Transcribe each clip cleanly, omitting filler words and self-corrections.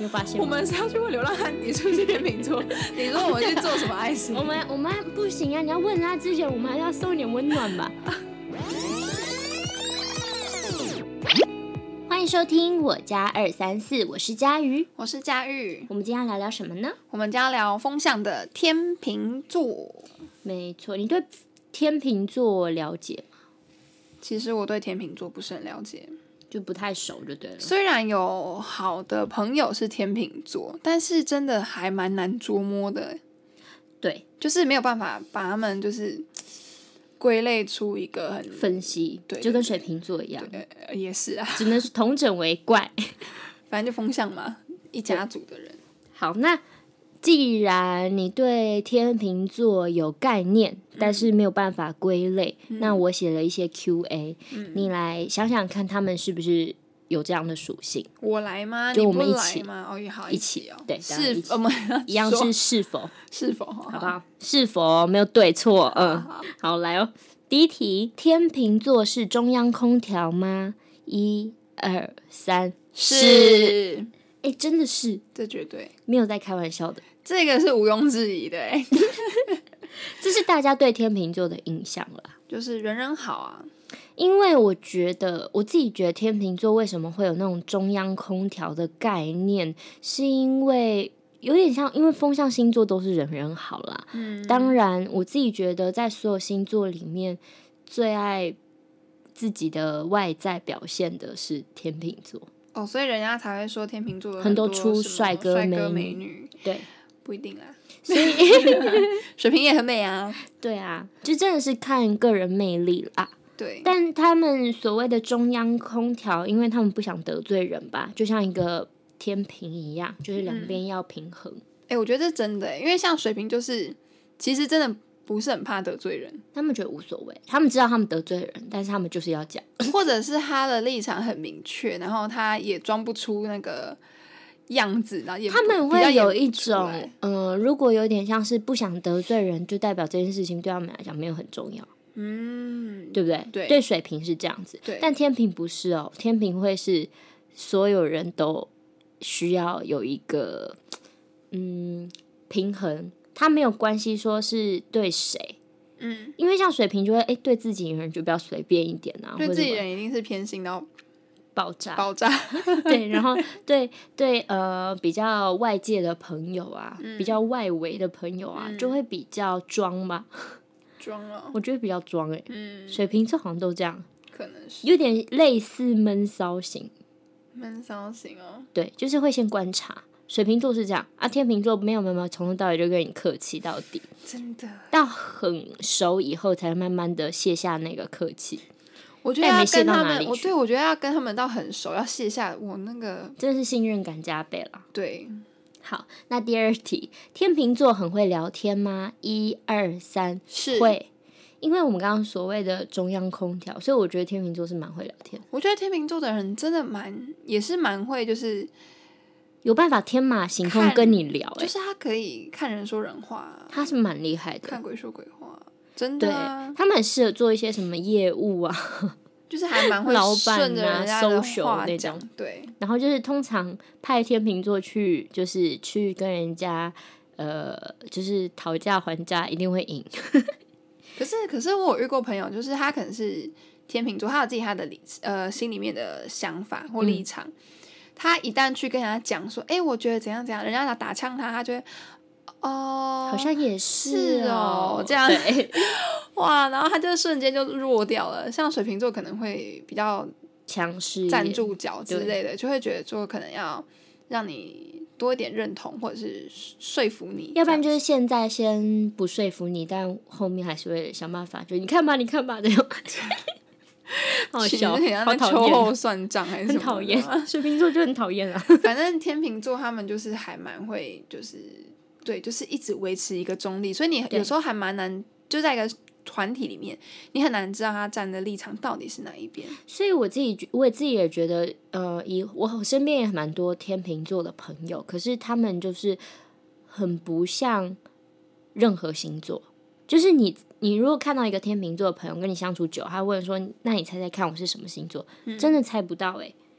你有发现吗？ 我们是要去问流浪汉，你是不是天秤座？你说我们去做什么爱心？ 我们不行啊！你要问他之前，我们还要送一点温暖吧。欢迎收听我家234，我是佳瑜， 我是佳玉。 我们今天要聊聊什么呢？ 我们将要聊风向的天秤座。 没错，你对天秤座了解吗？ 其实我对天秤座不是很了解， 就不太熟就对了。 虽然有好的朋友是天秤座，但是真的还蛮难捉摸的。 对， 就是没有办法把他们就是归类出一个很分析， 对， 就跟水瓶座一样， 也是啊， 只能统整为怪。 反正就风向嘛，一家族的人。 好，那既然你对天秤座有概念，但是没有办法归类，那我写了一些 Q&A，你来想想看，他们是不是有这样的属性？ 我来吗？ 就我们你一起不来吗？哦，也好， 一起哦。 对， 是一起我们一样是是否， 是否， 好不好？是否没有对错？好，来哦。第一题，天秤座是中央空调吗？1、2、3， 是。 哎，真的是， 这绝对没有在开玩笑的， 这个是毋庸置疑的哎。 这是大家对天秤座的印象啦， 就是人人好啊。 因为我自己觉得天秤座为什么会有那种中央空调的概念，是因为有点像，因为风象星座都是人人好啦。当然我自己觉得在所有星座里面最爱自己的外在表现的是天秤座。 哦，所以人家才会说天秤座有很多多出帅哥美女。 对， 不一定啦。 所以水瓶也很美啊。 对啊，就真的是看个人魅力啦。 对， 但他们所谓的中央空调，因为他们不想得罪人吧，就像一个天平一样，就是两边要平衡。 我觉得这真的因为像水瓶就是其实真的不是很怕得罪人， 他们觉得无所谓，他们知道他们得罪人，但是他们就是要讲， 或者是他的立场很明确，然后他也装不出那个样子，然后也他们会有一比较演不出种如果有点像是不想得罪人，就代表这件事情对他们来讲没有很重要。对不对？ 对水瓶是这样子， 对， 但天秤不是哦，天秤会是所有人都需要有一个平衡，他没有关系说是对谁，因为像水瓶就会对自己人就比较随便一点啊， 对自己人一定是偏心到爆炸，对，然后对比较外界的朋友啊，比较外围的朋友啊，就会比较装吧。 装了， 我觉得比较装水瓶座好像都这样， 可能是有点类似闷骚型， 对， 就是会先观察。水瓶座是这样啊，天秤座没有从头到尾就跟你客气到底， 真的到很熟以后才慢慢的卸下那个客气。 我觉得要跟他们，我觉得要跟他们到很熟，要卸下我那个， 真的是信任感加倍了。 对。 好，那第二题，天秤座很会聊天吗？1、2、3， 是会，因为我们刚刚所谓的中央空调，所以我觉得天秤座是蛮会聊天。 我觉得天秤座的人真的也是蛮会，就是有办法天马行空跟你聊， 就是他可以看人说人话， 他是蛮厉害的， 看鬼说鬼话，真的啊。 对，他们很适合做一些什么业务啊。 就是还蛮会顺着人家的话讲，对。 然后就是通常派天秤座去，就是去跟人家就是讨价还价，一定会赢。 可是我有遇过朋友，就是他可能是天秤座，他有自己的心里面的想法或立场。他一旦去跟人家讲说，我觉得怎样怎样，人家打枪他就会好像也是哦，这样对。 哇，然后他就瞬间就弱掉了。像水瓶座可能会比较强势， 站住脚之类的，就会觉得说可能要让你多一点认同，或者是说服你。 要不然就是现在先不说服你，但后面还是会想办法，就你看吧这种。好笑，好讨厌， 秋后算账还是什么？ 很讨厌，水瓶座就很讨厌啊。 反正天秤座他们就是还蛮会，就是对，就是一直维持一个中立，所以你有时候还蛮难，就在一个团体里面，你很难知道他站的立场到底是哪一边。 所以我自己也觉得，我身边也蛮多天秤座的朋友，可是他们就是很不像任何星座。就是你如果看到一个天秤座的朋友跟你相处久，他问说，那你猜猜看我是什么星座？真的猜不到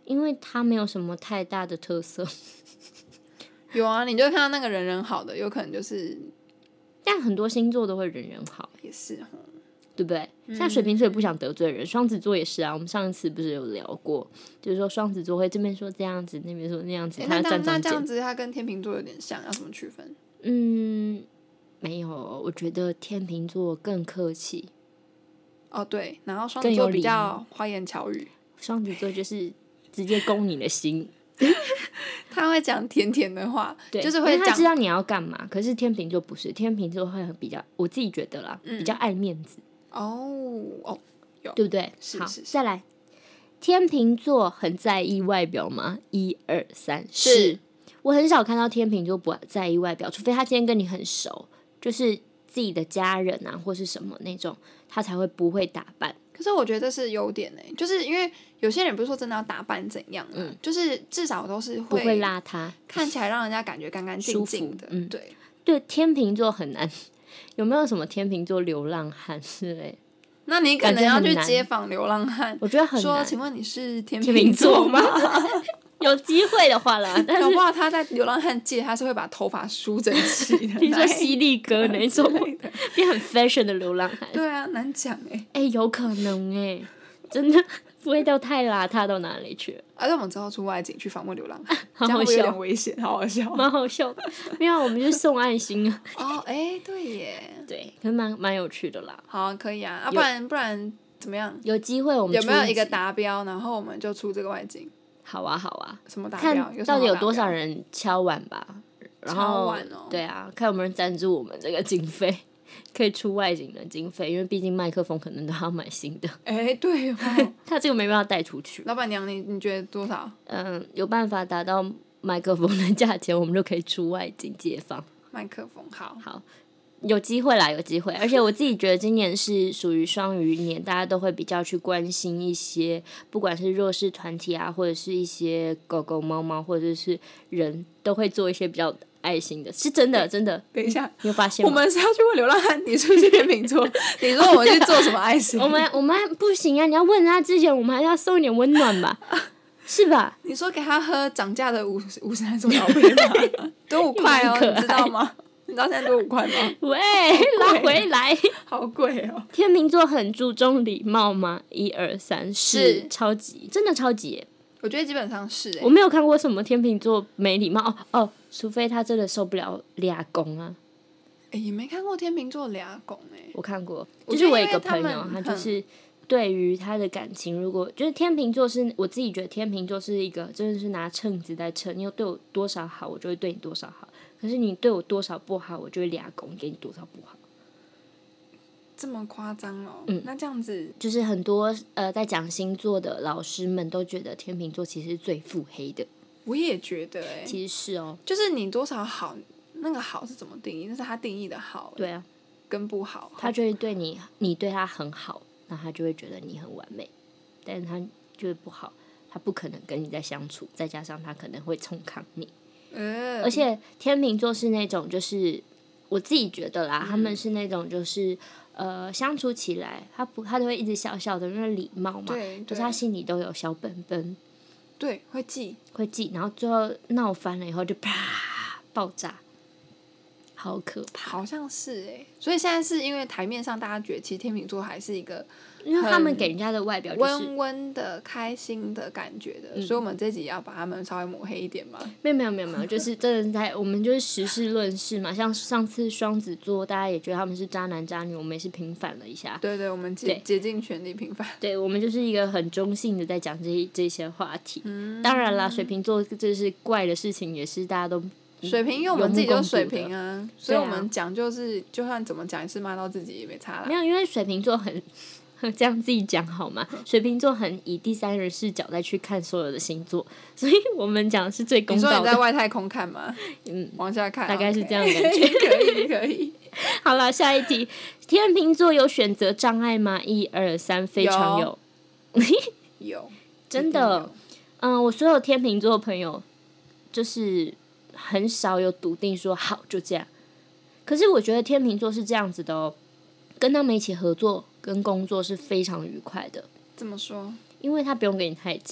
因为他没有什么太大的特色。 有啊，你就看到那个人人好的，有可能就是， 但很多星座都会人人好， 也是齁， 对不对？像水瓶座也不想得罪人，双子座也是啊。我们上一次不是有聊过，就是说双子座会这边说这样子，那边说那样子，他站中间。 那这样子，他跟天秤座有点像，要怎么区分？ 没有，我觉得天秤座更客气。 哦，对，然后双子座比较花言巧语， 双子座就是直接攻你的心。 他会讲甜甜的话， 对， 就是会讲， 他知道你要干嘛。可是天秤座不是，天秤座会比较，我自己觉得啦，比较爱面子。 哦，有， 对不对？ 是好，再来，天秤座很在意外表吗？1、2、3，是。我很少看到天秤座不在意外表，除非他今天跟你很熟，就是自己的家人啊，或是什么那种，他才会不会打扮。 可是我觉得这是优点欸，就是因为有些人不是说真的要打扮怎样就是至少都是不会邋遢， 看起来让人家感觉干干净净的。 对，天秤座很难。有没有什么天秤座流浪汉之类？ 那你可能要去街访流浪汉， 我觉得很难。 说，请问你是天秤座吗？ 有机会的话啦，但是搞不好他在流浪汉界，他是会把头发梳整齐的。 你说犀利哥那种，变很 fashion 的流浪汉。 对啊，难讲有可能真的不会到太邋遢到哪里去了。 而且我们之后出外景去访问流浪汉， 好好笑， 这样会有点危险，好好笑， 蛮好笑的。没有，我们就送爱心啊。 哦，对耶， 对，可是蛮有趣的啦。 好，可以啊，不然怎么样？ 有机会我们有没有一个达标，然后我们就出这个外景？ 好啊，好啊。 什么达标？ 看到底有多少人敲碗吧。然后敲碗对啊，看有没有人赞助我们这个经费，可以出外景的经费，因为毕竟麦克风可能都要买新的。 对哦， 他这个没办法带出去。 老板娘，你觉得多少？ 有办法达到麦克风的价钱，我们就可以出外景解放麦克风。好， 有机会啦，有机会。而且我自己觉得今年是属于双鱼年，大家都会比较去关心一些，不管是弱势团体啊，或者是一些狗狗、猫猫，或者是人都会做一些比较爱心的，是真的，真的。 等一下， 你有发现吗？ 我们是要去问流浪汉，你是不是天秤座？你说我们去做什么爱心？ 我们不行啊！你要问他之前，我们还要送一点温暖吧，是吧？ 你说给他喝涨价的50还是什么老杯吗？多5块哦，你知道吗？你知道现在多5块吗？ 喂，拉回来， 好贵哦！ 天秤座很注重礼貌吗？1、2、3，是超级，真的超级耶。 我觉得基本上是我没有看过什么天秤座没礼貌除非他真的受不了俩公啊。 也没看过天秤座俩公我看过，就是我有一个朋友，他就是对于他的感情，如果就是天秤座是我自己觉得天秤座是一个真的是拿秤子在称，你有对我多少好，我就会对你多少好。可是你对我多少不好，我就会俩公给你多少不好。 这么夸张哦？那这样子就是很多在讲星座的老师们都觉得天秤座其实是最腹黑的。 我也觉得其实是就是你多少好，那个好是怎么定义？那是他定义的好。 对啊， 跟不好， 他就会对你对他很好，那他就会觉得你很完美，但是他就是不好，他不可能跟你再相处，再加上他可能会冲抗你。而且天秤座是那种，就是我自己觉得啦，他们是那种就是相处起来，他都会一直笑笑的，因为礼貌嘛，就是他心里都有小本本， 对，会记， 然后最后闹翻了以后就啪爆炸，好可怕， 好像是所以现在是因为台面上大家觉得其实天秤座还是一个。 因为他们给人家的外表就是温温的、开心的感觉的，所以我们这集要把他们稍微抹黑一点嘛。 没有，就是真的我们就是实事论事嘛。像上次双子座，大家也觉得他们是渣男渣女，我们也是平反了一下。 对，我们竭尽全力平反。 对，我们就是一个很中性的在讲这些话题。当然啦，水瓶座这是怪的事情，也是大家都。 水瓶，因为我们自己就是水瓶啊，所以我们讲就是就算怎么讲也是骂到自己也没差啦。 没有，因为水瓶座很。这样自己讲好吗？水瓶座很以第三人视角再去看所有的星座，所以我们讲的是最公道的。 你说你在外太空看吗？往下看， 大概是这样的感觉。 可以。 好了，下一题，天秤座有选择障碍吗？1、2、3，非常有。 有， 真的。我所有天秤座的朋友，就是很少有笃定说好就这样。可是我觉得天秤座是这样子的跟他们一起合作跟工作是非常愉快的。 怎么说？ 因为他不用跟你太近，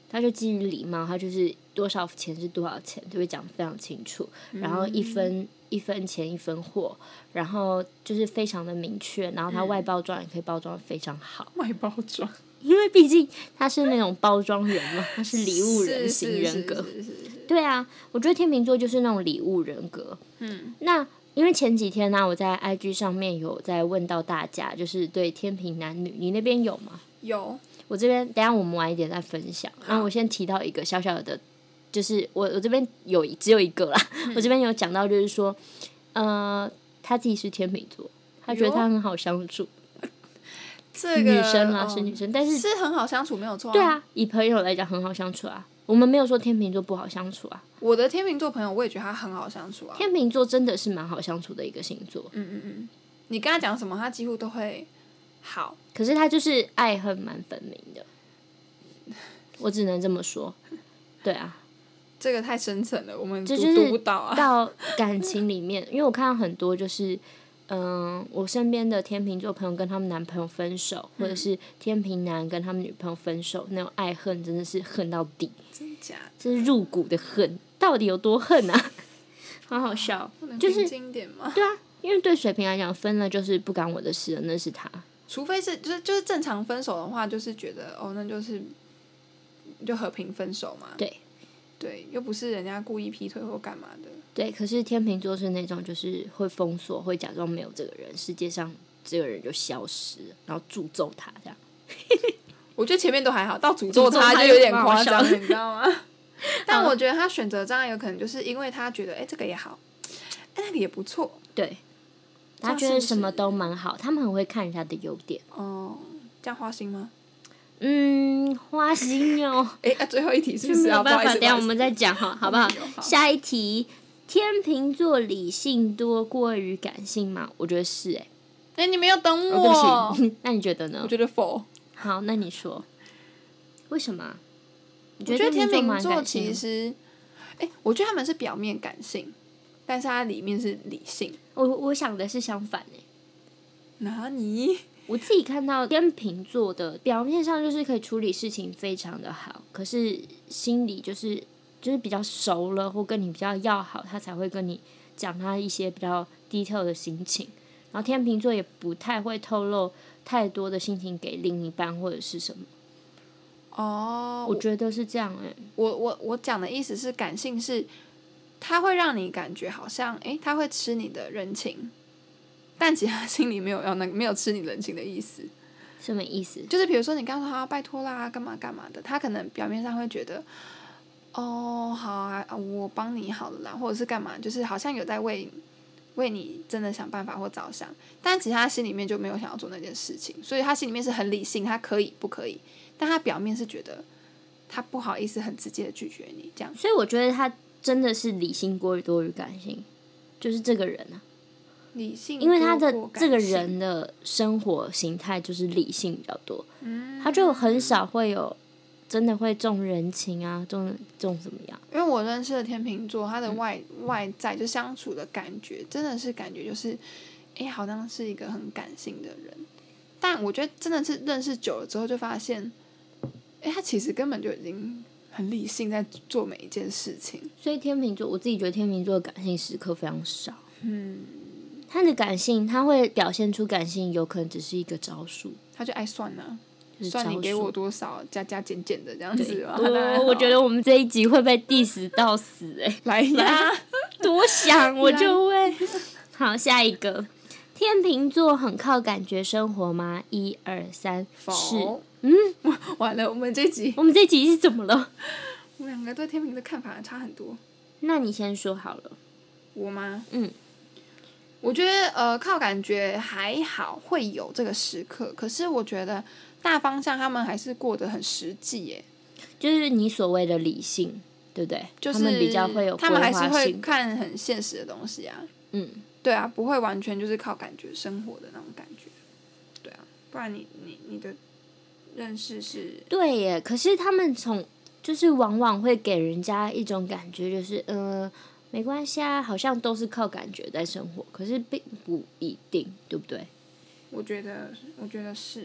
他就基于礼貌，他就是多少钱是多少钱，就会讲得非常清楚，然后一分钱一分货，然后就是非常的明确，然后他外包装也可以包装得非常好。 外包装， 因为毕竟他是那种包装人嘛，他是礼物人型人格。 是对啊，我觉得天秤座就是那种礼物人格。那因为前几天呢，我在 IG 上面有在问到大家，就是对天秤男女，你那边有吗？ 有。 我这边等一下我们晚一点再分享。然后我先提到一个小小的，就是我这边只有一个啦。我这边有讲到，就是说，他自己是天秤座，他觉得他很好相处。 这个女生啦，是女生，但是是很好相处，没有错。 对啊，以朋友来讲很好相处啊。我们没有说天秤座不好相处啊。 我的天秤座朋友，我也觉得他很好相处啊。 天秤座真的是蛮好相处的一个星座。 你跟他讲什么，他几乎都会好。 可是他就是爱恨蛮分明的，我只能这么说。对啊， 这个太深层了，我们这就是读不到啊。 到感情里面，因为我看到很多就是我身边的天秤座朋友跟他们男朋友分手，或者是天秤男跟他们女朋友分手，那种爱恨真的是恨到底， 真假的？ 这是入骨的恨，到底有多恨啊？好好笑，就是平静一点吗？ 对啊，因为对水瓶来讲，分了就是不干我的事了，那是他。 除非是就是正常分手的话，就是觉得那就是就和平分手嘛。对，又不是人家故意劈腿或干嘛的。 对，可是天秤座是那种就是会封锁，会假装没有这个人，世界上这个人就消失，然后诅咒他这样。 我觉得前面都还好，到诅咒他就有点夸张，你知道吗？但我觉得他选择这样有可能就是因为他觉得这个也好，那个也不错。 对，他觉得什么都蛮好，他们很会看人家的优点。 这样花心吗？ 花心哦。 最后一题是不是没有办法？ 等一下我们再讲好不好？下一题，天秤座理性多过于感性吗？我觉得是你没有等我。 对不起，那你觉得呢？ 我觉得否。 好，那你说，为什么？ 我觉得天秤座其实，我觉得他们是表面感性，但是他里面是理性。 我想的是相反哪里？ 我自己看到天秤座的表面上就是可以处理事情非常的好，可是心里就是比较熟了或跟你比较要好，他才会跟你讲他一些比较 detail 的心情。然后天秤座也不太会透露太多的心情给另一半或者是什么。我觉得是这样我讲的意思是感性是，他会让你感觉好像他会吃你的人情，但其实他心里没有吃你人情的意思。 什么意思？ 就是比如说你刚说拜托啦，干嘛干嘛的，他可能表面上会觉得好啊，我帮你好了啦，或者是干嘛，就是好像有在为你真的想办法或着想，但其实他心里面就没有想要做那件事情，所以他心里面是很理性，他可以不可以，但他表面是觉得他不好意思很直接的拒绝你这样。 所以我觉得他真的是理性多于感性，就是这个人啊， 理性， 因为他的这个人的生活形态就是理性比较多，他就很少会有真的会重人情啊，重怎么样？ 因为我认识的天秤座，他的外在就相处的感觉，真的是感觉就是，好像是一个很感性的人。但我觉得真的是认识久了之后，就发现，他其实根本就已经很理性在做每一件事情。 所以天秤座，我自己觉得天秤座的感性时刻非常少。他的感性，他会表现出感性，有可能只是一个招数。 他就爱算啊。算你给我多少，加减减的这样子嘛。 我觉得我们这一集会被 diss 到死来呀， 多想我就会。好，下一个，天秤座很靠感觉生活吗？1、2、3，是。 完了，我们这集是怎么了？ 我们两个对天秤的看法差很多。 那你先说好了。 我吗？我觉得靠感觉还好，会有这个时刻，可是我觉得大方向他们还是过得很实际耶。 就是你所谓的理性，对不对？ 就是他们比较会有规划性， 他们还是会看很现实的东西啊。对啊，不会完全就是靠感觉生活的那种感觉。对啊，不然你的认识是？ 对耶，可是他们就是往往会给人家一种感觉，就是没关系啊，好像都是靠感觉在生活，可是并不一定，对不对？ 我觉得是。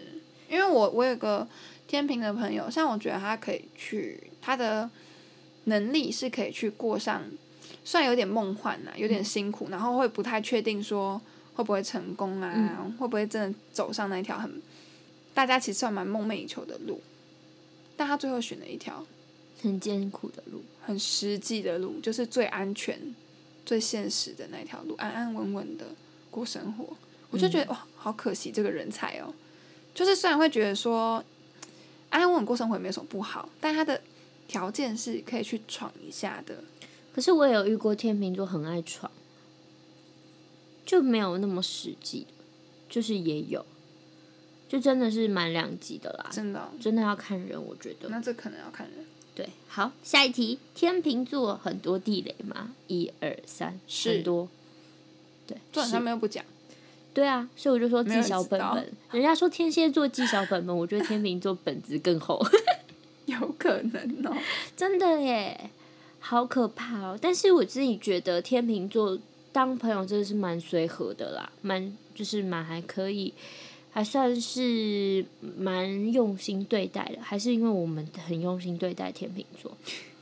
因为我有个天秤的朋友，像我觉得他可以去，他的能力是可以去过上，虽然有点梦幻啊，有点辛苦，然后会不太确定说会不会成功啊，会不会真的走上那一条大家其实算蛮梦寐以求的路，但他最后选了一条很艰苦的路， 很实际的路，就是最安全、最现实的那条路，安安稳稳的过生活。我就觉得哇，好可惜这个人才哦。就是虽然会觉得说安安稳稳过生活也没有什么不好，但他的条件是可以去闯一下的。 可是我也有遇过天秤座很爱闯，就没有那么实际，就是也有，就真的是蛮两极的啦。 真的哦， 真的要看人，我觉得。 那这可能要看人。 对，好，下一题，天秤座很多地雷吗？1、2、3，很多。对， 这好像没有不讲。 对啊，所以我就说记小本没有人本。人家说天蝎座记小本本，我觉得天秤座本子更厚。 有可能哦。 真的耶，好可怕哦！但是我自己觉得天秤座当朋友真的是蛮随和的啦，就是蛮还可以，还算是蛮用心对待的，还是因为我们很用心对待天秤座。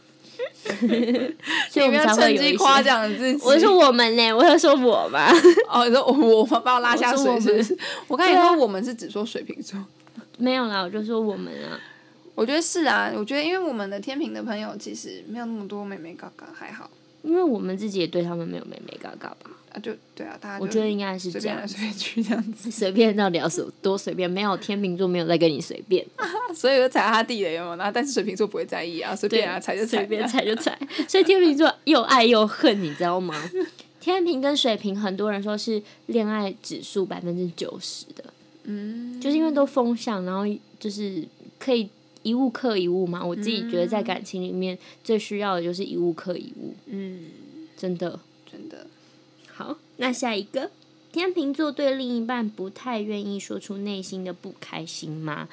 所以我们才会有一些趁机夸奖自己。 我说我们呢，我有说我吗？ 哦，你说我把我拉下水是不是？我刚才说我们是只说水瓶座。 没有啦，我就说我们啊。 我觉得是啊，我觉得因为我们的天秤的朋友其实没有那么多妹妹嘎嘎，还好。 因为我们自己也对他们没有妹妹嘎嘎吧。 啊，就对啊，大家我觉得应该是这样， 随便去这样子， 随便到底要多随便，没有天秤座没有在跟你随便， 所以就踩他地雷嘛。然后但是水瓶座不会在意啊，随便啊，踩就踩， 随便踩就踩。所以天秤座又爱又恨，你知道吗？天秤跟水瓶，很多人说是恋爱指数90%的，就是因为都风向，然后就是可以一物克一物嘛。我自己觉得在感情里面最需要的就是一物克一物，真的。好，那下一个，天秤座对另一半不太愿意说出内心的不开心吗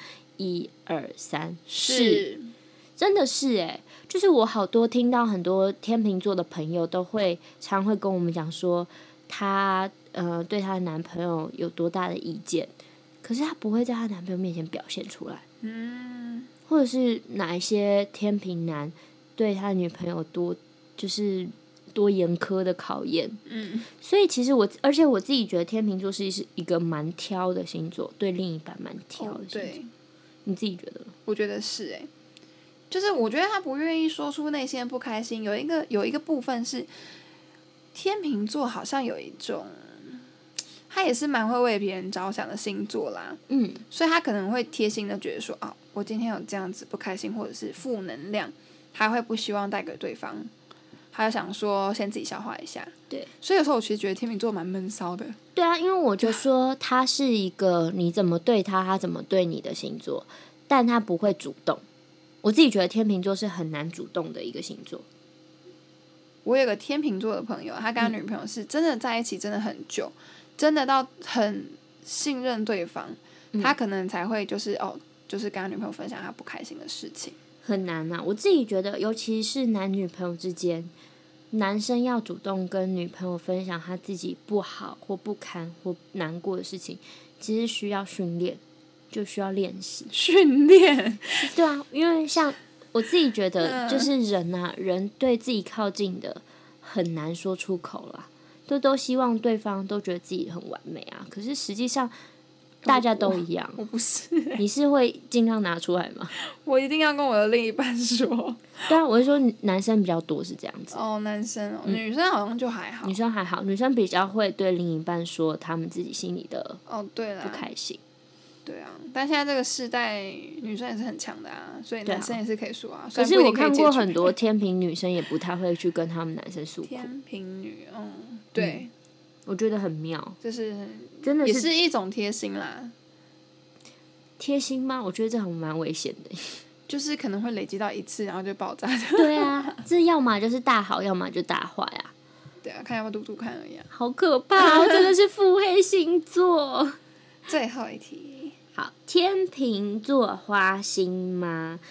？1、2、3，是，真的是耶，就是我好多听到很多天秤座的朋友都常会跟我们讲说，她对她的男朋友有多大的意见，可是她不会在她男朋友面前表现出来，或者是哪一些天秤男对他的女朋友多严苛的考验，所以其实而且我自己觉得天秤座是一个蛮挑的星座，对另一半蛮挑的星座。 对， 你自己觉得？ 我觉得是就是我觉得他不愿意说出内心的不开心，有一个部分是天秤座好像有一种，他也是蛮会为别人着想的星座啦，所以他可能会贴心的觉得说，哦，我今天有这样子不开心或者是负能量，他会不希望带给对方。他就想说先自己消化一下， 对， 所以有时候我其实觉得天秤座蛮闷骚的。 对啊，因为我就说他是一个你怎么对他，他怎么对你的星座，但他不会主动。我自己觉得天秤座是很难主动的一个星座。 我有个天秤座的朋友，他跟他女朋友是真的在一起真的很久，真的到很信任对方，他可能才会就是跟他女朋友分享他不开心的事情。 很难啊，我自己觉得，尤其是男女朋友之间，男生要主动跟女朋友分享他自己不好或不堪或难过的事情，其实需要训练，就需要练习。 训练？ 对啊，因为像我自己觉得，就是人啊，人对自己靠近的很难说出口啦，都希望对方都觉得自己很完美啊，可是实际上大家都一样。 我不是你是会尽量拿出来吗？ 我一定要跟我的另一半说。 对啊，我是说男生比较多是这样子。 男生女生好像就还好。 女生还好，女生比较会对另一半说他们自己心里的对啦， 不开心。 对啊，但现在这个世代女生也是很强的啊，所以男生也是可以说啊。 可是我看过很多天秤女生也不太会去跟他们男生诉苦。 天秤女，对。 我觉得很妙， 就是真的也是一种贴心啦。 贴心吗？我觉得这很蛮危险的， 就是可能会累积到一次，然后就爆炸。 对啊，这要么就是大好，要么就大坏啊。 对啊，看要不要赌看而已啊。 好可怕，真的是腹黑星座。 最后一题， 好，天秤座花心吗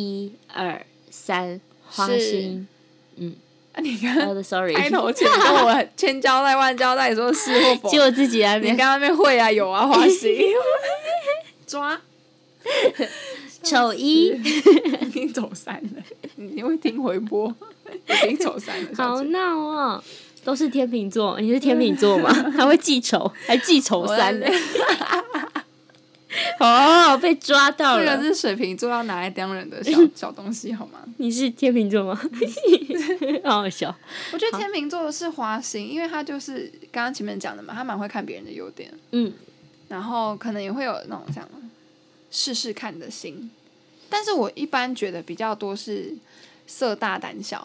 ？1、2、3，花心。 你刚 sorry， 开头前跟我千交代万交代说是或否， 结果自己那边， 你刚刚那边会啊有啊花心抓丑一已经走散了，你会听回播，已经走散了。 好闹哦，都是天秤座，你是天秤座吗？还会记仇，还记仇三呢。哦，被抓到了。 这个是水瓶座要拿来刁人的小东西，好吗？ 你是天秤座吗？好好笑。 我觉得天秤座是花心，因为他就是刚刚前面讲的嘛，他蛮会看别人的优点，然后可能也会有那种像试试看的心，但是我一般觉得比较多是色大胆小。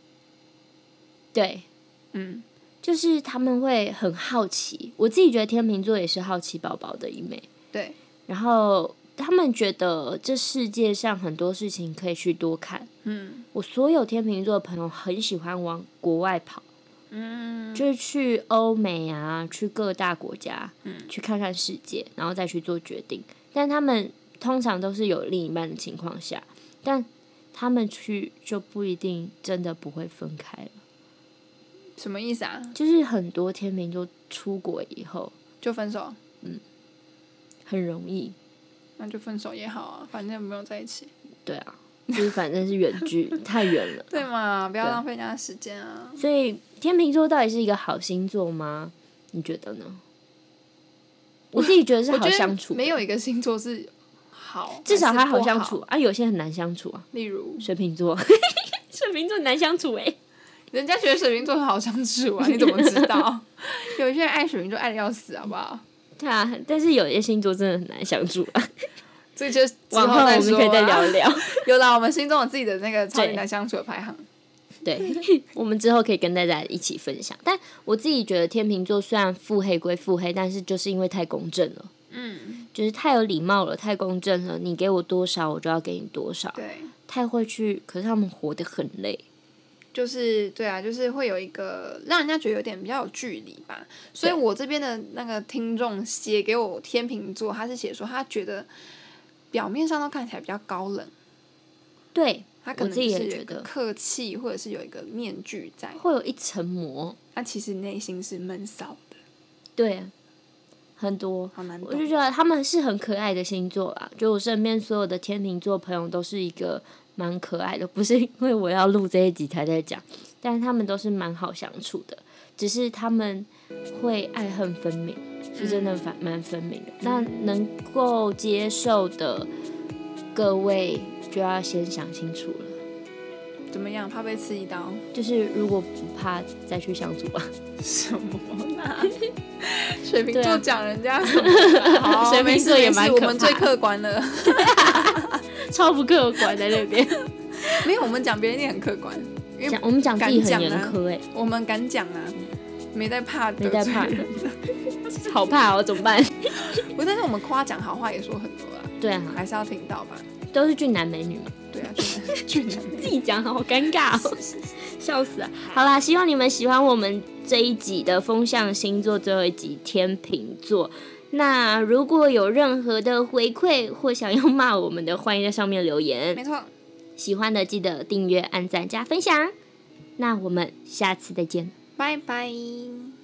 对，就是他们会很好奇，我自己觉得天秤座也是好奇宝宝的一枚。 对， 然后他们觉得这世界上很多事情可以去多看。我所有天秤座的朋友很喜欢往国外跑，就是去欧美啊，去各大国家，去看看世界，然后再去做决定。但他们通常都是有另一半的情况下，但他们去就不一定真的不会分开了。 什么意思啊？ 就是很多天秤座出国以后就分手？ 很容易。 那就分手也好啊，反正没有在一起。 对啊，就是反正是远距，太远了。 对嘛，不要浪费人家的时间啊。 所以天秤座到底是一个好星座吗？你觉得呢？我自己觉得是好相处， 没有一个星座是好， 至少还好相处啊。有些很难相处啊， 例如水瓶座，水瓶座很难相处人家觉得水瓶座很好相处啊，你怎么知道？有些人爱水瓶座爱的要死，好不好？ 对啊，但是有些星座真的很难相处啊。 所以就往后我们可以再聊一聊。 有啦，我们心中有自己的那个超级难相处的排行。 对，我们之后可以跟大家一起分享。但我自己觉得天秤座虽然腹黑归腹黑，但是就是因为太公正了，就是太有礼貌了，太公正了，你给我多少我就要给你多少， 对， 太会去，可是他们活得很累。 就是对啊，就是会有一个让人家觉得有点比较有距离吧。所以我这边的那个听众写给我天秤座，他是写说他觉得表面上都看起来比较高冷， 对， 他可能我自己就是有一也觉得个客气，或者是有一个面具在， 会有一层膜， 他其实内心是闷骚的。 对，很多， 好难懂。 我就觉得他们是很可爱的星座啦。就我身边所有的天秤座朋友都是一个蛮可爱的，不是因为我要录这一集才在讲，但是他们都是蛮好相处的，只是他们会爱恨分明，是真的蛮分明的。那能够接受的各位就要先想清楚了。 怎么样？怕被刺一刀？ 就是如果不怕，再去相处吧。 什么啦？水瓶座讲人家什么啦？ 水瓶座也蛮可怕， 我们最客观了。 超不客观在那边。 没有，我们讲别人一定很客观，因为我们讲自己很严苛我们敢讲啊，没在怕的， 没在怕的。好怕哦，怎么办？ 但是我们夸奖好话也说很多啦。 对啊， 还是要听到吧。 都是俊男美女嘛。 对啊，俊男美女。 自己讲好尴尬哦，笑死啊！好啦，希望你们喜欢我们这一集的风象星座最后一集天秤座。那如果有任何的回馈或想要骂我们的，欢迎在上面留言。 没错， 喜欢的记得订阅、按赞、加分享。那我们下次再见， 拜拜。